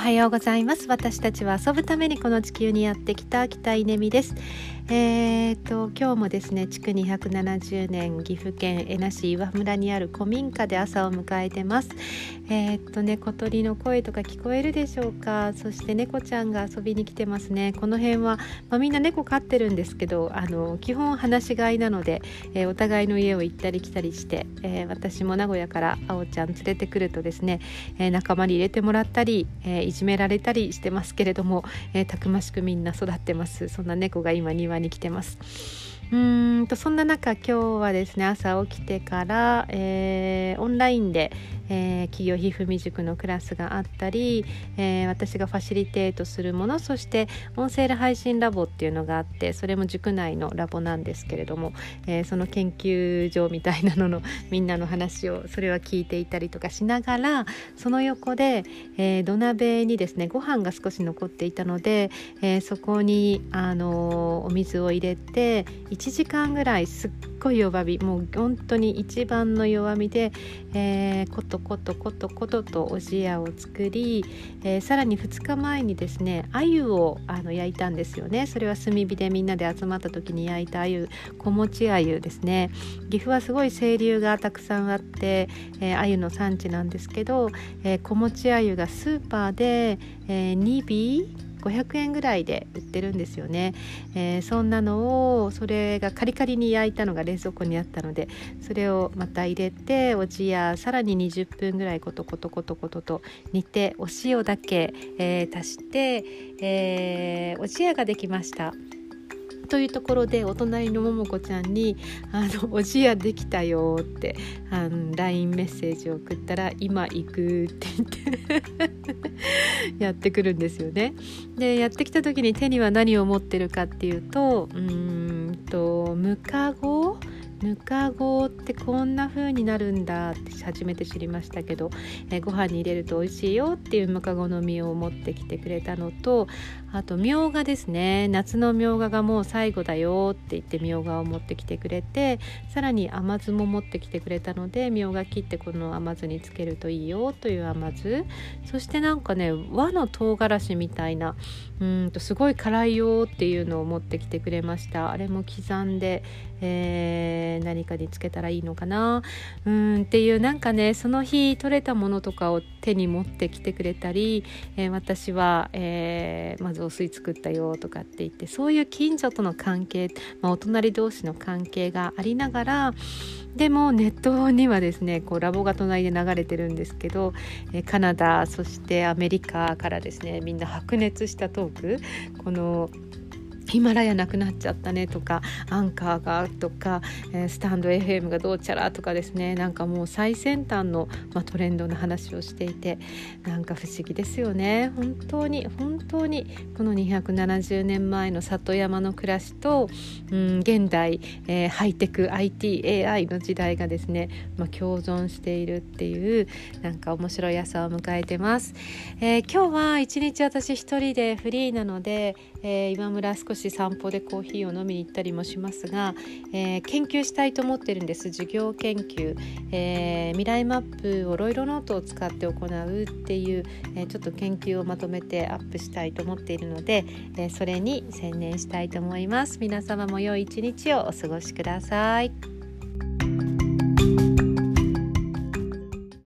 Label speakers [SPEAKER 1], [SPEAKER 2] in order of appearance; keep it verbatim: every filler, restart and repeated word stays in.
[SPEAKER 1] はようございます。私たちは遊ぶためにこの地球にやってきた北稲美です。えー、と今日もですね、築にひゃくななじゅうねん、岐阜県恵那市岩村にある古民家で朝を迎えてます。えー、とね小鳥の声とか聞こえるでしょうか。そして猫ちゃんが遊びに来てますね。この辺は、まあ、みんな猫飼ってるんですけど、あの基本放し飼いなので、えー、お互いの家を行ったり来たりして、えー、私も名古屋からあおちゃん連れてくるとですね、えー、仲間に入れてもらったり、えー、いじめられたりしてますけれども、えー、たくましくみんな育ってます。そんな猫が今庭に来てます。うーんとそんな中、今日はですね、朝起きてから、えー、オンラインで、えー、企業ひふみ塾のクラスがあったり、えー、私がファシリテートするもの、そして音声配信ラボっていうのがあって、それも塾内のラボなんですけれども、えー、その研究所みたいなののみんなの話を、それは聞いていたりとかしながら、その横で、えー、土鍋にですねご飯が少し残っていたので、えー、そこに、あのー、お水を入れていちじかんぐらいすっごい弱火、もう本当に一番の弱火で、えー、コトコトコトコトとおじやを作り、えー、さらにふつかまえにですね鮎をあの焼いたんですよね。それは炭火でみんなで集まった時に焼いた鮎、子持ち鮎ですね。岐阜はすごい清流がたくさんあって、えー、鮎の産地なんですけど、えー、子持ち鮎がスーパーで、えー、に尾ごひゃくえんぐらいで売ってるんですよね。えー、そんなのを、それがカリカリに焼いたのが冷蔵庫にあったので、それをまた入れて、おじやさらににじゅっぷんぐらいコトコトコトコトと煮て、お塩だけ、えー、足して、えー、おじやができましたというところで、お隣のももこちゃんにあのおじやできたよってあの ライン メッセージを送ったら、今行くって言ってやってくるんですよね。でやってきた時に手には何を持ってるかっていうと、うーんとムカゴムカゴってこんな風になるんだって初めて知りましたけど、えご飯に入れると美味しいよっていうムカゴの実を持ってきてくれたのと、あとみょうがですね。夏のみょうががもう最後だよって言ってみょうがを持ってきてくれて、さらに甘酢も持ってきてくれたので、みょうが切ってこの甘酢につけるといいよという甘酢、そしてなんかね和の唐辛子みたいな、うーんとすごい辛いよっていうのを持ってきてくれました。あれも刻んで、えー、何かにつけたらいいのかな、うーんっていう、なんかねその日取れたものとかを手に持ってきてくれたり、えー、私は、えー、まずお水作ったよとかって言って、そういう近所との関係、まあ、お隣同士の関係がありながら、でもネットにはですねこうラボが隣で流れてるんですけど、えー、カナダそしてアメリカからですねみんな白熱したトーク、このヒマラヤなくなっちゃったねとか、アンカーがとか、えー、スタンド エフエム がどうちゃらとかですね、なんかもう最先端の、まあ、トレンドの話をしていて、なんか不思議ですよね。本当に本当にこのにひゃくななじゅうねんまえの里山の暮らしと、うん、現代、えー、ハイテク アイティー、エーアイ の時代がですね、まあ、共存しているっていう、なんか面白い朝を迎えてます。えー、今日は一日私一人でフリーなので、えー、今村少し散歩でコーヒーを飲みに行ったりもしますが、えー、研究したいと思ってるんです。授業研究、えー、未来マップをロイロノートを使って行うっていう、えー、ちょっと研究をまとめてアップしたいと思っているので、えー、それに専念したいと思います。皆様も良い一日をお過ごしください。